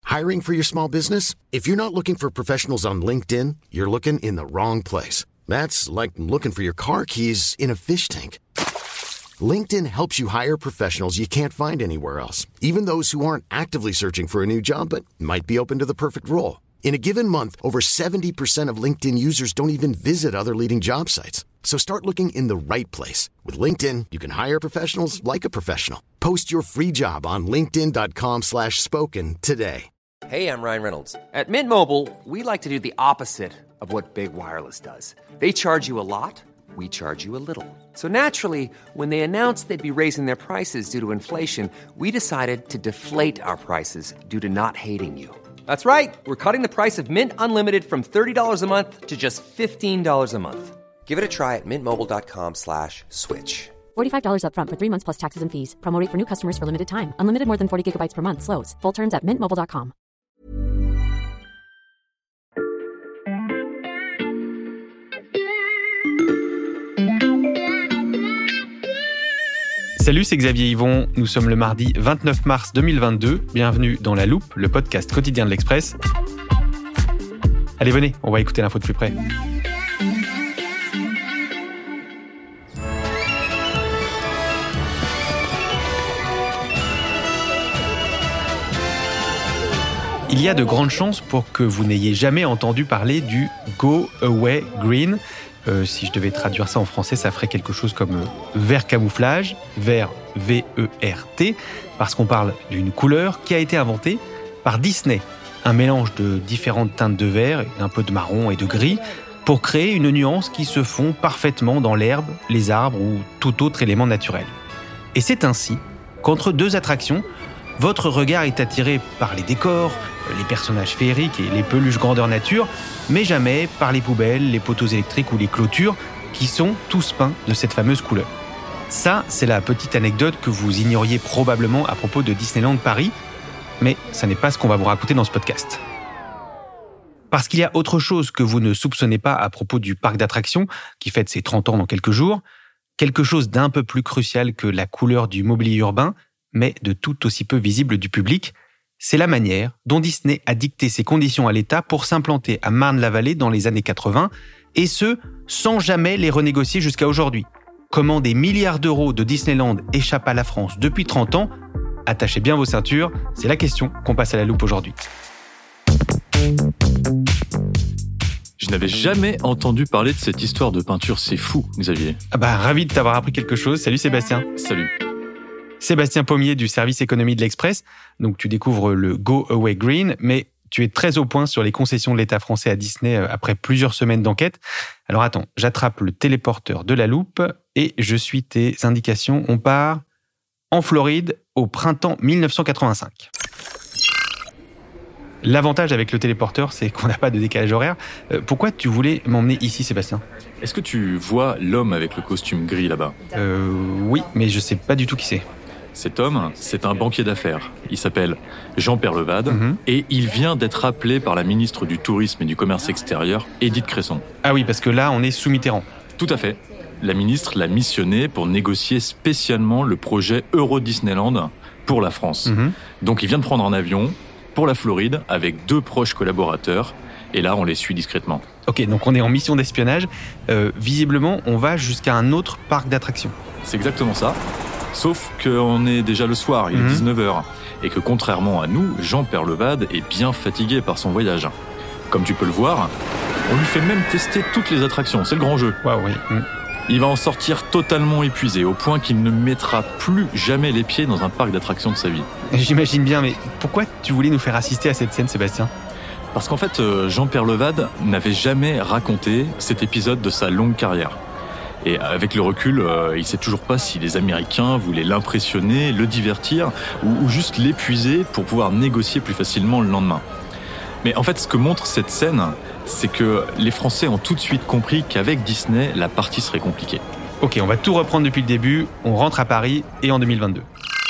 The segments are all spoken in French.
Hiring for your small business? If you're not looking for professionals on LinkedIn, you're looking in the wrong place. That's like looking for your car keys in a fish tank. LinkedIn helps you hire professionals you can't find anywhere else, even those who aren't actively searching for a new job but might be open to the perfect role. In a given month, over 70% of LinkedIn users don't even visit other leading job sites. So start looking in the right place. With LinkedIn, you can hire professionals like a professional. Post your free job on linkedin.com/spoken today. Hey, I'm Ryan Reynolds. At Mint Mobile, we like to do the opposite of what Big Wireless does. They charge you a lot, we charge you a little. So naturally, when they announced they'd be raising their prices due to inflation, we decided to deflate our prices due to not hating you. That's right. We're cutting the price of Mint Unlimited from $30 a month to just $15 a month. Give it a try at mintmobile.com/switch. $45 up front for 3 months plus taxes and fees. Promo rate for new customers for limited time. Unlimited more than 40 gigabytes per month. Slows full terms at mintmobile.com. Salut, c'est Xavier Yvon. Nous sommes le mardi 29 mars 2022. Bienvenue dans La Loupe, le podcast quotidien de l'Express. Allez, venez, on va écouter l'info de plus près. Il y a de grandes chances pour que vous n'ayez jamais entendu parler du Go Away Green. Si je devais traduire ça en français, ça ferait quelque chose comme vert camouflage, vert V-E-R-T, parce qu'on parle d'une couleur qui a été inventée par Disney. Un mélange de différentes teintes de vert, un peu de marron et de gris, pour créer une nuance qui se fond parfaitement dans l'herbe, les arbres ou tout autre élément naturel. Et c'est ainsi qu'entre deux attractions, votre regard est attiré par les décors, les personnages féeriques et les peluches grandeur nature, mais jamais par les poubelles, les poteaux électriques ou les clôtures qui sont tous peints de cette fameuse couleur. Ça, c'est la petite anecdote que vous ignoriez probablement à propos de Disneyland Paris, mais ça n'est pas ce qu'on va vous raconter dans ce podcast. Parce qu'il y a autre chose que vous ne soupçonnez pas à propos du parc d'attractions, qui fête ses 30 ans dans quelques jours, quelque chose d'un peu plus crucial que la couleur du mobilier urbain, mais de tout aussi peu visible du public, c'est la manière dont Disney a dicté ses conditions à l'État pour s'implanter à Marne-la-Vallée dans les années 80, et ce, sans jamais les renégocier jusqu'à aujourd'hui. Comment des milliards d'euros de Disneyland échappent à la France depuis 30 ans ? Attachez bien vos ceintures, c'est la question qu'on passe à la loupe aujourd'hui. Je n'avais jamais entendu parler de cette histoire de peinture, c'est fou, Xavier. Ravi de t'avoir appris quelque chose. Salut Sébastien. Salut. Sébastien Pommier du service économie de l'Express. Donc tu découvres le Go Away Green, mais tu es très au point sur les concessions de l'État français à Disney après plusieurs semaines d'enquête. Alors attends, j'attrape le téléporteur de la loupe et je suis tes indications. On part en Floride au printemps 1985. L'avantage avec le téléporteur, c'est qu'on n'a pas de décalage horaire. Pourquoi tu voulais m'emmener ici, Sébastien ? Est-ce que tu vois l'homme avec le costume gris là-bas ? Oui, mais je sais pas du tout qui c'est. Cet homme, c'est un banquier d'affaires. Il s'appelle Jean Peyrelevade et il vient d'être appelé par la ministre du Tourisme et du Commerce extérieur, Édith Cresson. Ah oui, parce que là, on est sous Mitterrand. Tout à fait. La ministre l'a missionné pour négocier spécialement le projet Euro Disneyland pour la France. Donc il vient de prendre un avion pour la Floride avec 2 proches collaborateurs et là, on les suit discrètement. Ok, donc on est en mission d'espionnage. Visiblement, on va jusqu'à un autre parc d'attractions. C'est exactement ça. Sauf qu'on est déjà le soir, il est 19h. Et que contrairement à nous, Jean Peyrelevade est bien fatigué par son voyage. Comme tu peux le voir, on lui fait même tester toutes les attractions, c'est le grand jeu. Waouh, oui. Il va en sortir totalement épuisé, au point qu'il ne mettra plus jamais les pieds dans un parc d'attractions de sa vie. J'imagine bien, mais pourquoi tu voulais nous faire assister à cette scène, Sébastien ? Parce qu'en fait, Jean Peyrelevade n'avait jamais raconté cet épisode de sa longue carrière. Et avec le recul, il sait toujours pas si les Américains voulaient l'impressionner, le divertir, ou juste l'épuiser pour pouvoir négocier plus facilement le lendemain. Mais en fait, ce que montre cette scène, c'est que les Français ont tout de suite compris qu'avec Disney, la partie serait compliquée. Ok, on va tout reprendre depuis le début. On rentre à Paris et en 2022.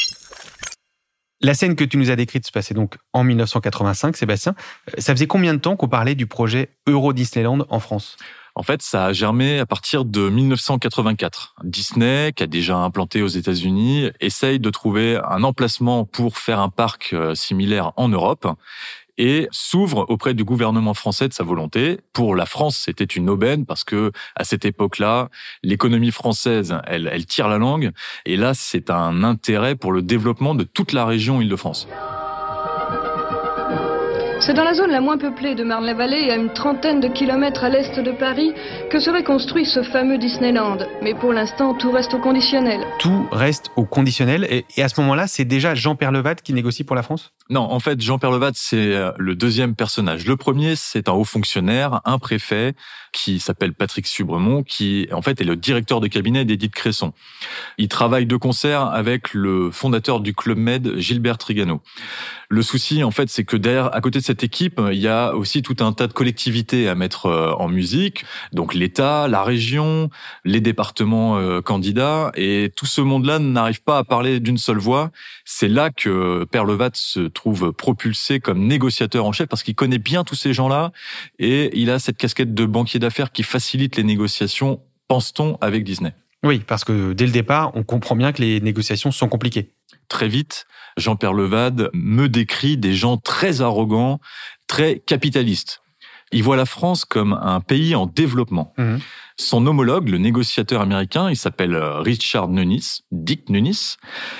La scène que tu nous as décrite se passait donc en 1985, Sébastien. Ça faisait combien de temps qu'on parlait du projet Euro Disneyland en France ? En fait, ça a germé à partir de 1984. Disney, qui a déjà implanté aux États-Unis, essaye de trouver un emplacement pour faire un parc similaire en Europe et s'ouvre auprès du gouvernement français de sa volonté. Pour la France, c'était une aubaine parce que à cette époque-là, l'économie française, elle tire la langue. Et là, c'est un intérêt pour le développement de toute la région Île-de-France. C'est dans la zone la moins peuplée de Marne-la-Vallée, à une trentaine de kilomètres à l'est de Paris, que serait construit ce fameux Disneyland. Mais pour l'instant, tout reste au conditionnel. Tout reste au conditionnel. Et à ce moment-là, c'est déjà Jean-Pierre Levade qui négocie pour la France ? Non, en fait, Jean-Pierre Levade, c'est le deuxième personnage. Le premier, c'est un haut fonctionnaire, un préfet, qui s'appelle Patrick Subremont, qui, en fait, est le directeur de cabinet d'Édith Cresson. Il travaille de concert avec le fondateur du Club Med, Gilbert Trigano. Le souci, en fait, c'est que derrière, à côté de cette équipe, il y a aussi tout un tas de collectivités à mettre en musique. Donc l'État, la région, les départements candidats. Et tout ce monde-là n'arrive pas à parler d'une seule voix. C'est là que Père Levade se trouve propulsé comme négociateur en chef parce qu'il connaît bien tous ces gens-là et il a cette casquette de banquier d'affaires qui facilite les négociations, pense-t-on, avec Disney. Oui, parce que dès le départ, on comprend bien que les négociations sont compliquées. Très vite, Jean-Pierre Levade me décrit des gens très arrogants, très capitalistes. Il voit la France comme un pays en développement. Son homologue, le négociateur américain, il s'appelle Richard Nunis, Dick Nunis.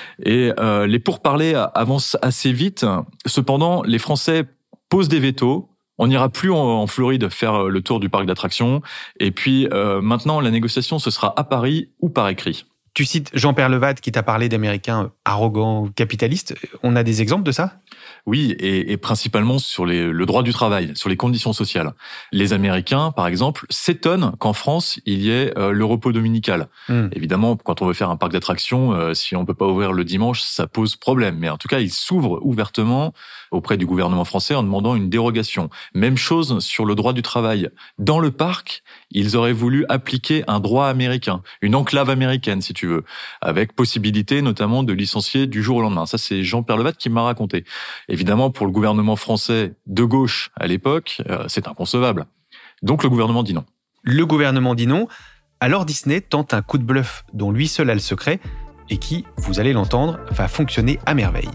Et les pourparlers avancent assez vite. Cependant, les Français posent des vétos. On n'ira plus en Floride faire le tour du parc d'attractions. Et puis maintenant, la négociation, ce sera à Paris ou par écrit. Tu cites Jean-Pierre Levade qui t'a parlé d'Américains arrogants, capitalistes. On a des exemples de ça ? Oui, et principalement sur le droit du travail, sur les conditions sociales. Les Américains, par exemple, s'étonnent qu'en France, il y ait le repos dominical. Évidemment, quand on veut faire un parc d'attractions, si on peut pas ouvrir le dimanche, ça pose problème. Mais en tout cas, ils s'ouvrent ouvertement auprès du gouvernement français en demandant une dérogation. Même chose sur le droit du travail. Dans le parc, ils auraient voulu appliquer un droit américain, une enclave américaine, si tu veux, avec possibilité notamment de licencier du jour au lendemain. Ça, c'est Jean-Pierre Levade qui m'a raconté. Évidemment, pour le gouvernement français de gauche à l'époque, c'est inconcevable. Donc le gouvernement dit non. Le gouvernement dit non. Alors Disney tente un coup de bluff dont lui seul a le secret et qui, vous allez l'entendre, va fonctionner à merveille.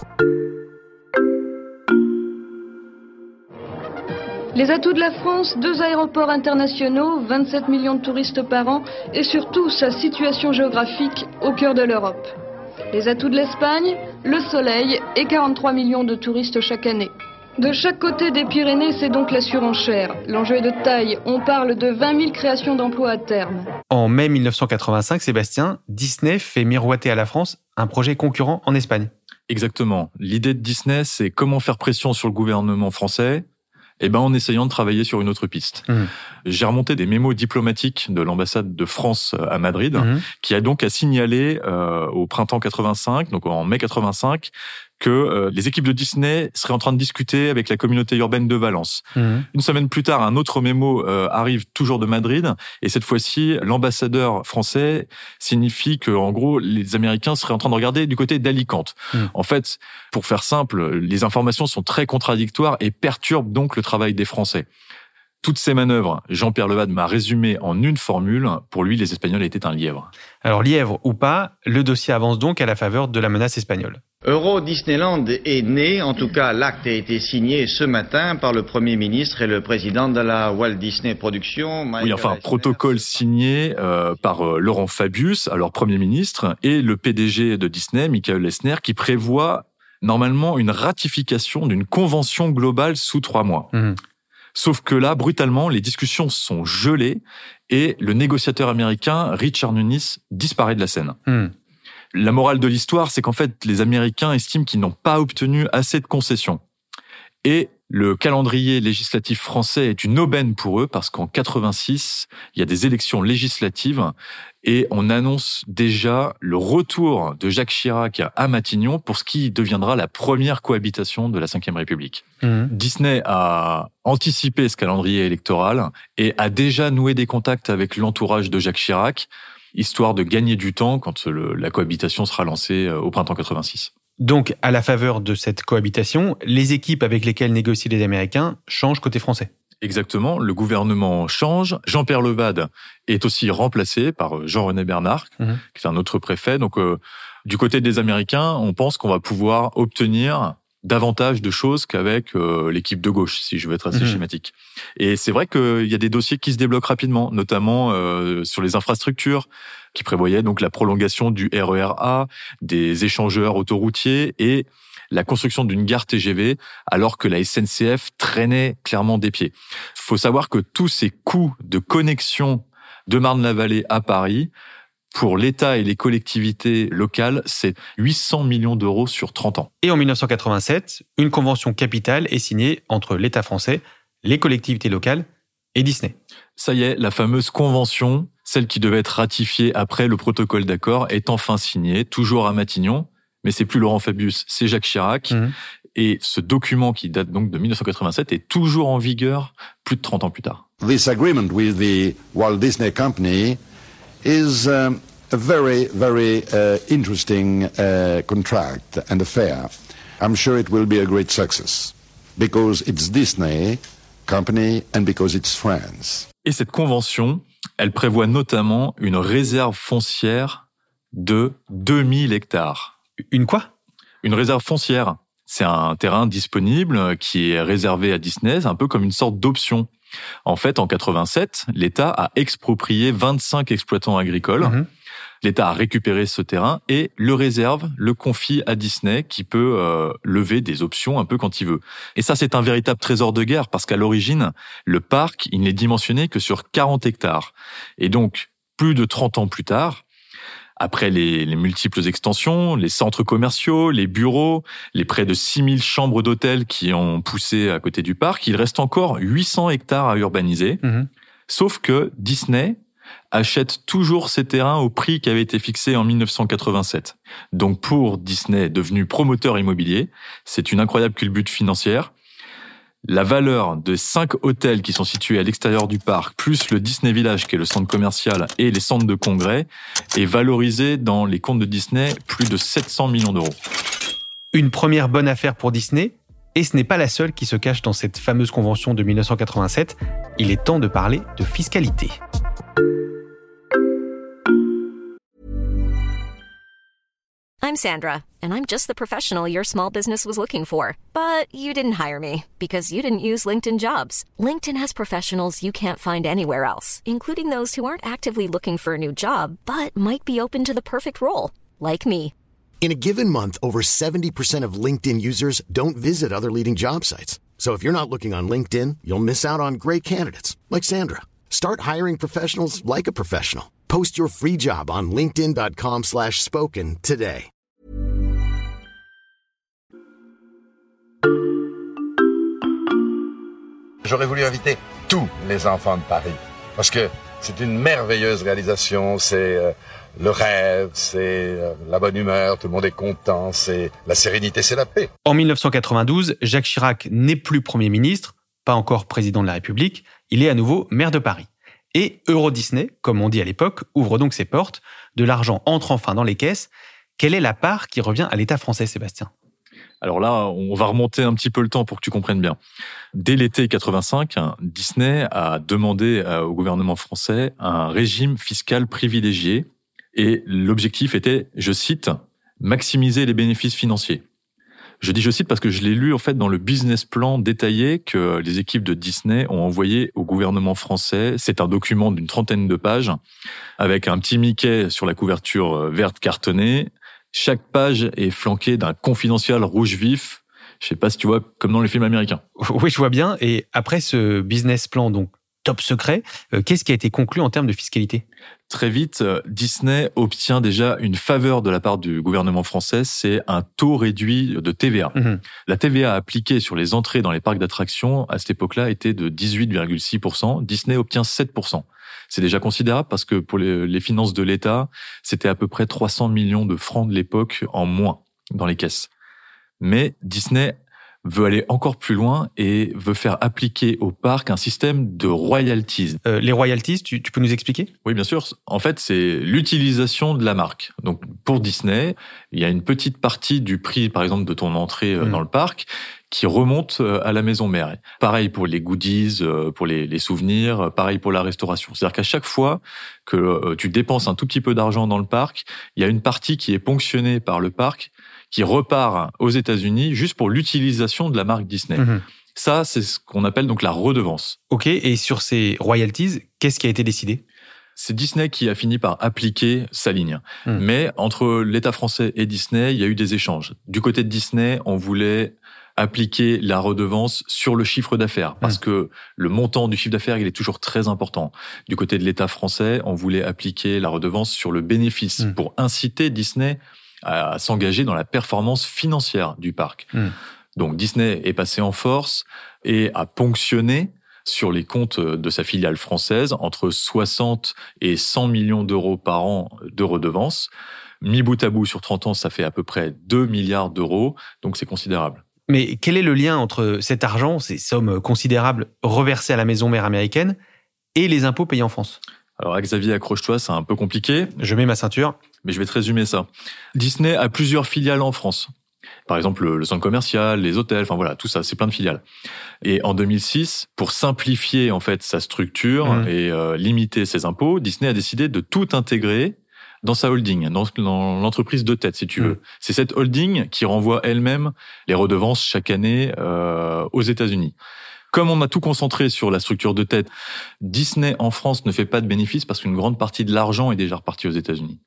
Les atouts de la France, 2 aéroports internationaux, 27 millions de touristes par an et surtout sa situation géographique au cœur de l'Europe. Les atouts de l'Espagne, le soleil et 43 millions de touristes chaque année. De chaque côté des Pyrénées, c'est donc la surenchère. L'enjeu est de taille. On parle de 20 000 créations d'emplois à terme. En mai 1985, Sébastien, Disney fait miroiter à la France un projet concurrent en Espagne. Exactement. L'idée de Disney, c'est comment faire pression sur le gouvernement français en essayant de travailler sur une autre piste. J'ai remonté des mémos diplomatiques de l'ambassade de France à Madrid, qui a donc à signaler au printemps 85, donc en mai 85, que les équipes de Disney seraient en train de discuter avec la communauté urbaine de Valence. Une semaine plus tard, un autre mémo arrive toujours de Madrid, et cette fois-ci, l'ambassadeur français signifie que, en gros, les Américains seraient en train de regarder du côté d'Alicante. En fait, pour faire simple, les informations sont très contradictoires et perturbent donc le travail des Français. Toutes ces manœuvres, Jean-Pierre Levade m'a résumé en une formule. Pour lui, les Espagnols étaient un lièvre. Alors, lièvre ou pas, le dossier avance donc à la faveur de la menace espagnole. Euro Disneyland est né, en tout cas l'acte a été signé ce matin par le Premier ministre et le président de la Walt Disney Productions. Oui, enfin, protocole signé par Laurent Fabius, alors Premier ministre, et le PDG de Disney, Michael Eisner, qui prévoit normalement une ratification d'une convention globale sous 3 mois. Sauf que là, brutalement, les discussions sont gelées et le négociateur américain, Richard Nunis, disparaît de la scène. La morale de l'histoire, c'est qu'en fait, les Américains estiment qu'ils n'ont pas obtenu assez de concessions. Et le calendrier législatif français est une aubaine pour eux parce qu'en 86, il y a des élections législatives et on annonce déjà le retour de Jacques Chirac à Matignon pour ce qui deviendra la première cohabitation de la Ve République. Disney a anticipé ce calendrier électoral et a déjà noué des contacts avec l'entourage de Jacques Chirac, histoire de gagner du temps quand la cohabitation sera lancée au printemps 86. Donc, à la faveur de cette cohabitation, les équipes avec lesquelles négocient les Américains changent côté français. Exactement, le gouvernement change. Jean-Pierre Levade est aussi remplacé par Jean-René Bernard, qui est un autre préfet. Donc, du côté des Américains, on pense qu'on va pouvoir obtenir davantage de choses qu'avec l'équipe de gauche, si je veux être assez schématique. Et c'est vrai qu'il y a des dossiers qui se débloquent rapidement, notamment sur les infrastructures, qui prévoyaient donc la prolongation du RER A, des échangeurs autoroutiers et la construction d'une gare TGV, alors que la SNCF traînait clairement des pieds. Il faut savoir que tous ces coûts de connexion de Marne-la-Vallée à Paris, pour l'État et les collectivités locales, c'est 800 millions d'euros sur 30 ans. Et en 1987, une convention capitale est signée entre l'État français, les collectivités locales et Disney. Ça y est, la fameuse convention, celle qui devait être ratifiée après le protocole d'accord, est enfin signée, toujours à Matignon. Mais c'est plus Laurent Fabius, c'est Jacques Chirac. Et ce document qui date donc de 1987 est toujours en vigueur plus de 30 ans plus tard. This agreement with the Walt Disney Company is a very, very interesting contract and affair. I'm sure it will be a great success because it's Disney Company and because it's France. Et cette convention, elle prévoit notamment une réserve foncière de 2000 hectares. Une quoi ? Une réserve foncière. C'est un terrain disponible qui est réservé à Disney, un peu comme une sorte d'option. En fait, en 87, l'État a exproprié 25 exploitants agricoles. L'État a récupéré ce terrain et le réserve, le confie à Disney qui peut lever des options un peu quand il veut. Et ça, c'est un véritable trésor de guerre parce qu'à l'origine, le parc, il n'est dimensionné que sur 40 hectares. Et donc, plus de 30 ans plus tard, après les multiples extensions, les centres commerciaux, les bureaux, les près de 6000 chambres d'hôtel qui ont poussé à côté du parc, il reste encore 800 hectares à urbaniser. Sauf que Disney achète toujours ces terrains au prix qui avait été fixé en 1987. Donc pour Disney, devenu promoteur immobilier, c'est une incroyable culbute financière. La valeur de 5 hôtels qui sont situés à l'extérieur du parc, plus le Disney Village, qui est le centre commercial, et les centres de congrès, est valorisée dans les comptes de Disney plus de 700 millions d'euros. Une première bonne affaire pour Disney, et ce n'est pas la seule qui se cache dans cette fameuse convention de 1987. Il est temps de parler de fiscalité. I'm Sandra, and I'm just the professional your small business was looking for. But you didn't hire me because you didn't use LinkedIn Jobs. LinkedIn has professionals you can't find anywhere else, including those who aren't actively looking for a new job, but might be open to the perfect role, like me. In a given month, over 70% of LinkedIn users don't visit other leading job sites. So if you're not looking on LinkedIn, you'll miss out on great candidates like Sandra. Start hiring professionals like a professional. Post your free job on linkedin.com/spoken today. J'aurais voulu inviter tous les enfants de Paris parce que c'est une merveilleuse réalisation, c'est le rêve, c'est la bonne humeur, tout le monde est content, c'est la sérénité, c'est la paix. En 1992, Jacques Chirac n'est plus Premier ministre, pas encore président de la République, il est à nouveau maire de Paris. Et Euro Disney, comme on dit à l'époque, ouvre donc ses portes, de l'argent entre enfin dans les caisses. Quelle est la part qui revient à l'État français, Sébastien ? Alors là, on va remonter un petit peu le temps pour que tu comprennes bien. Dès l'été 85, Disney a demandé au gouvernement français un régime fiscal privilégié et l'objectif était, je cite, « maximiser les bénéfices financiers ». Je dis je cite parce que je l'ai lu en fait dans le business plan détaillé que les équipes de Disney ont envoyé au gouvernement français. C'est un document d'une 30aine de pages avec un petit Mickey sur la couverture verte cartonnée. Chaque page est flanquée d'un confidentiel rouge vif. Je sais pas si tu vois, comme dans les films américains. Oui, je vois bien. Et après ce business plan, donc top secret, qu'est-ce qui a été conclu en termes de fiscalité ? Très vite, Disney obtient déjà une faveur de la part du gouvernement français, c'est un taux réduit de TVA. La TVA appliquée sur les entrées dans les parcs d'attractions, à cette époque-là, était de 18,6%. Disney obtient 7%. C'est déjà considérable parce que pour les finances de l'État, c'était à peu près 300 millions de francs de l'époque en moins dans les caisses. Mais Disney veut aller encore plus loin et veut faire appliquer au parc un système de royalties. Les royalties, tu peux nous expliquer ? Oui, bien sûr. En fait, c'est l'utilisation de la marque. Donc, pour Disney, il y a une petite partie du prix, par exemple, de ton entrée dans le parc qui remonte à la maison mère. Pareil pour les goodies, pour les souvenirs, pareil pour la restauration. C'est-à-dire qu'à chaque fois que tu dépenses un tout petit peu d'argent dans le parc, il y a une partie qui est ponctionnée par le parc qui repart aux États-Unis juste pour l'utilisation de la marque Disney. Ça, c'est ce qu'on appelle donc la redevance. Ok, et sur ces royalties, qu'est-ce qui a été décidé ? C'est Disney qui a fini par appliquer sa ligne. Mais entre l'État français et Disney, il y a eu des échanges. Du côté de Disney, on voulait appliquer la redevance sur le chiffre d'affaires, parce que le montant du chiffre d'affaires, il est toujours très important. Du côté de l'État français, on voulait appliquer la redevance sur le bénéfice pour inciter Disney à s'engager dans la performance financière du parc. Donc Disney est passé en force et a ponctionné sur les comptes de sa filiale française entre 60 et 100 millions d'euros par an de redevances. Mis bout à bout sur 30 ans, ça fait à peu près 2 milliards d'euros, donc c'est considérable. Mais quel est le lien entre cet argent, ces sommes considérables reversées à la maison mère américaine, et les impôts payés en France ? Alors Xavier, accroche-toi, c'est un peu compliqué. Je mets ma ceinture. Mais je vais te résumer ça. Disney a plusieurs filiales en France. Par exemple, le centre commercial, les hôtels, enfin voilà, tout ça, c'est plein de filiales. Et en 2006, pour simplifier en fait sa structure et limiter ses impôts, Disney a décidé de tout intégrer dans sa holding, dans l'entreprise de tête, si tu veux. C'est cette holding qui renvoie elle-même les redevances chaque année aux États-Unis. Comme on a tout concentré sur la structure de tête, Disney en France ne fait pas de bénéfices parce qu'une grande partie de l'argent est déjà repartie aux États-Unis.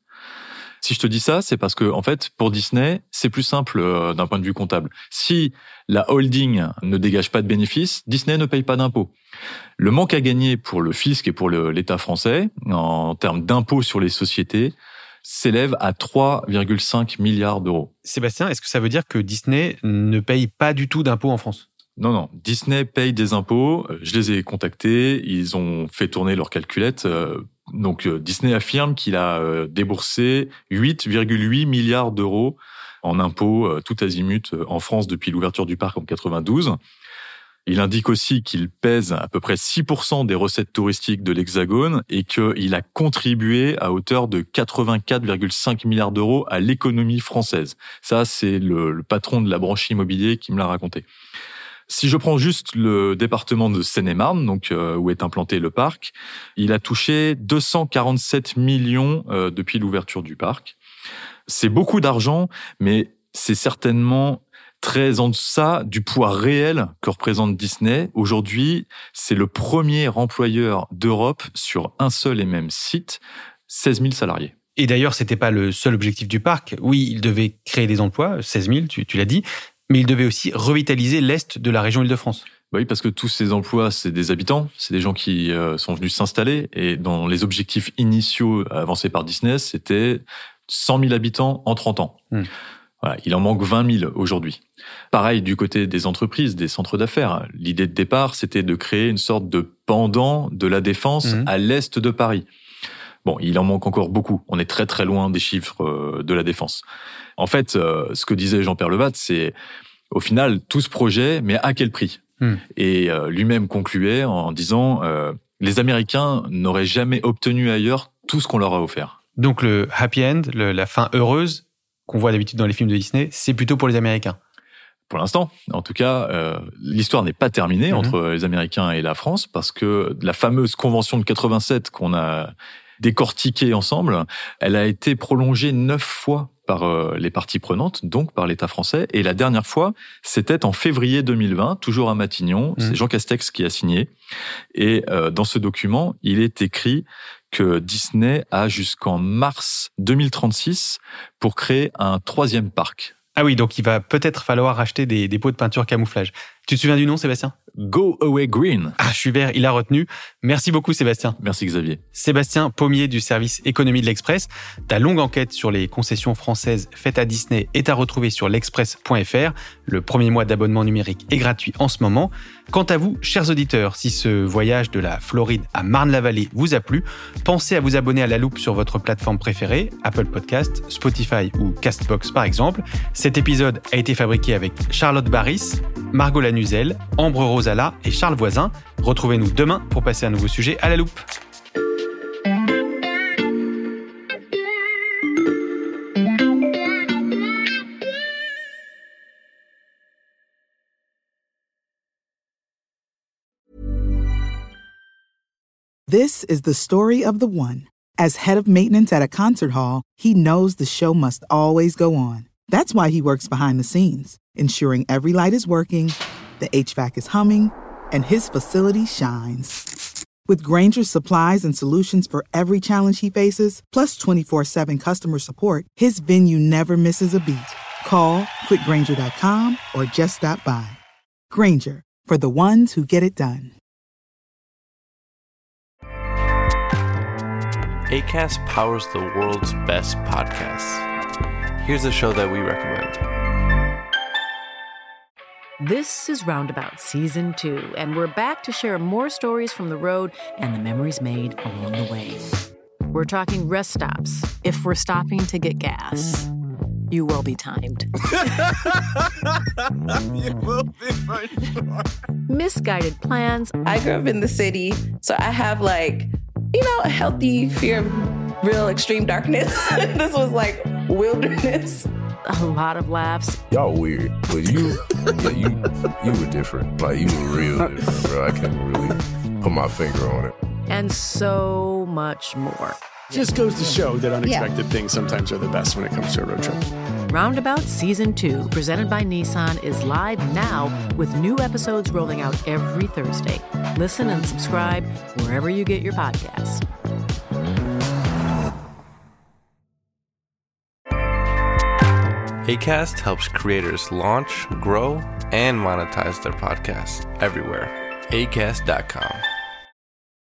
Si je te dis ça, c'est parce que, en fait, pour Disney, c'est plus simple d'un point de vue comptable. Si la holding ne dégage pas de bénéfices, Disney ne paye pas d'impôts. Le manque à gagner pour le fisc et pour l'État français, en termes d'impôts sur les sociétés, s'élève à 3,5 milliards d'euros. Sébastien, est-ce que ça veut dire que Disney ne paye pas du tout d'impôts en France ? Non. Disney paye des impôts. Je les ai contactés. Ils ont fait tourner leurs calculettes. Donc, Disney affirme qu'il a déboursé 8,8 milliards d'euros en impôts tout azimut en France depuis l'ouverture du parc en 92. Il indique aussi qu'il pèse à peu près 6% des recettes touristiques de l'Hexagone et qu'il a contribué à hauteur de 84,5 milliards d'euros à l'économie française. Ça, c'est le patron de la branche immobilier qui me l'a raconté. Si je prends juste le département de Seine-et-Marne, donc où est implanté le parc, il a touché 247 millions depuis l'ouverture du parc. C'est beaucoup d'argent, mais c'est certainement très en deçà du poids réel que représente Disney. Aujourd'hui, c'est le premier employeur d'Europe sur un seul et même site, 16 000 salariés. Et d'ailleurs, c'était pas le seul objectif du parc. Oui, il devait créer des emplois, 16 000, tu l'as dit, mais il devait aussi revitaliser l'Est de la région Île-de-France. Oui, parce que tous ces emplois, c'est des habitants, c'est des gens qui sont venus s'installer. Et dans les objectifs initiaux avancés par Disney, c'était 100 000 habitants en 30 ans. Voilà, il en manque 20 000 aujourd'hui. Pareil du côté des entreprises, des centres d'affaires. L'idée de départ, c'était de créer une sorte de pendant de la Défense à l'est de Paris. Bon, il en manque encore beaucoup. On est très très loin des chiffres de la Défense. En fait, ce que disait Jean-Pierre Levade, c'est au final tout ce projet, mais à quel prix ? Et lui-même concluait en disant les Américains n'auraient jamais obtenu ailleurs tout ce qu'on leur a offert. Donc le happy end, la fin heureuse qu'on voit d'habitude dans les films de Disney, c'est plutôt pour les Américains. Pour l'instant, en tout cas, l'histoire n'est pas terminée entre les Américains et la France, parce que la fameuse convention de 87 qu'on a décortiquée ensemble, elle a été prolongée 9 fois par les parties prenantes, donc par l'État français. Et la dernière fois, c'était en février 2020, toujours à Matignon. C'est Jean Castex qui a signé. Et dans ce document, il est écrit que Disney a jusqu'en mars 2036 pour créer un 3e parc. Ah oui, donc il va peut-être falloir acheter des pots de peinture camouflage. Tu te souviens du nom, Sébastien ? Go Away Green. Ah, je suis vert, il a retenu. Merci beaucoup, Sébastien. Merci, Xavier. Sébastien Pommier du service économie de l'Express. Ta longue enquête sur les concessions françaises faites à Disney est à retrouver sur l'express.fr. Le premier mois d'abonnement numérique est gratuit en ce moment. Quant à vous, chers auditeurs, si ce voyage de la Floride à Marne-la-Vallée vous a plu, pensez à vous abonner à La Loupe sur votre plateforme préférée, Apple Podcast, Spotify ou Castbox par exemple. Cet épisode a été fabriqué avec Charlotte Baris, Margot Lanuzel, Ambre Rosala et Charles Voisin. Retrouvez-nous demain pour passer un nouveau sujet à La Loupe. This is the story of the one. As head of maintenance at a concert hall, he knows the show must always go on. That's why he works behind the scenes, ensuring every light is working, the HVAC is humming, and his facility shines. With Grainger's supplies and solutions for every challenge he faces, plus 24/7 customer support, his venue never misses a beat. Call quickgrainger.com or just stop by. Grainger, for the ones who get it done. Acast powers the world's best podcasts. Here's a show that we recommend. This is Roundabout Season 2, and we're back to share more stories from the road and the memories made along the way. We're talking rest stops, if we're stopping to get gas. You will be timed. You will be for sure. Misguided plans. I grew up in the city, so I have a healthy fear of real extreme darkness. This was like wilderness. A lot of laughs. Y'all weird, but you were different. Like, you were real different, bro. I can't really put my finger on it. And so much more. Just goes to show that unexpected things sometimes are the best when it comes to a road trip. Roundabout Season 2, presented by Nissan, is live now with new episodes rolling out every Thursday. Listen and subscribe wherever you get your podcasts. Acast helps creators launch, grow, and monetize their podcasts everywhere. Acast.com.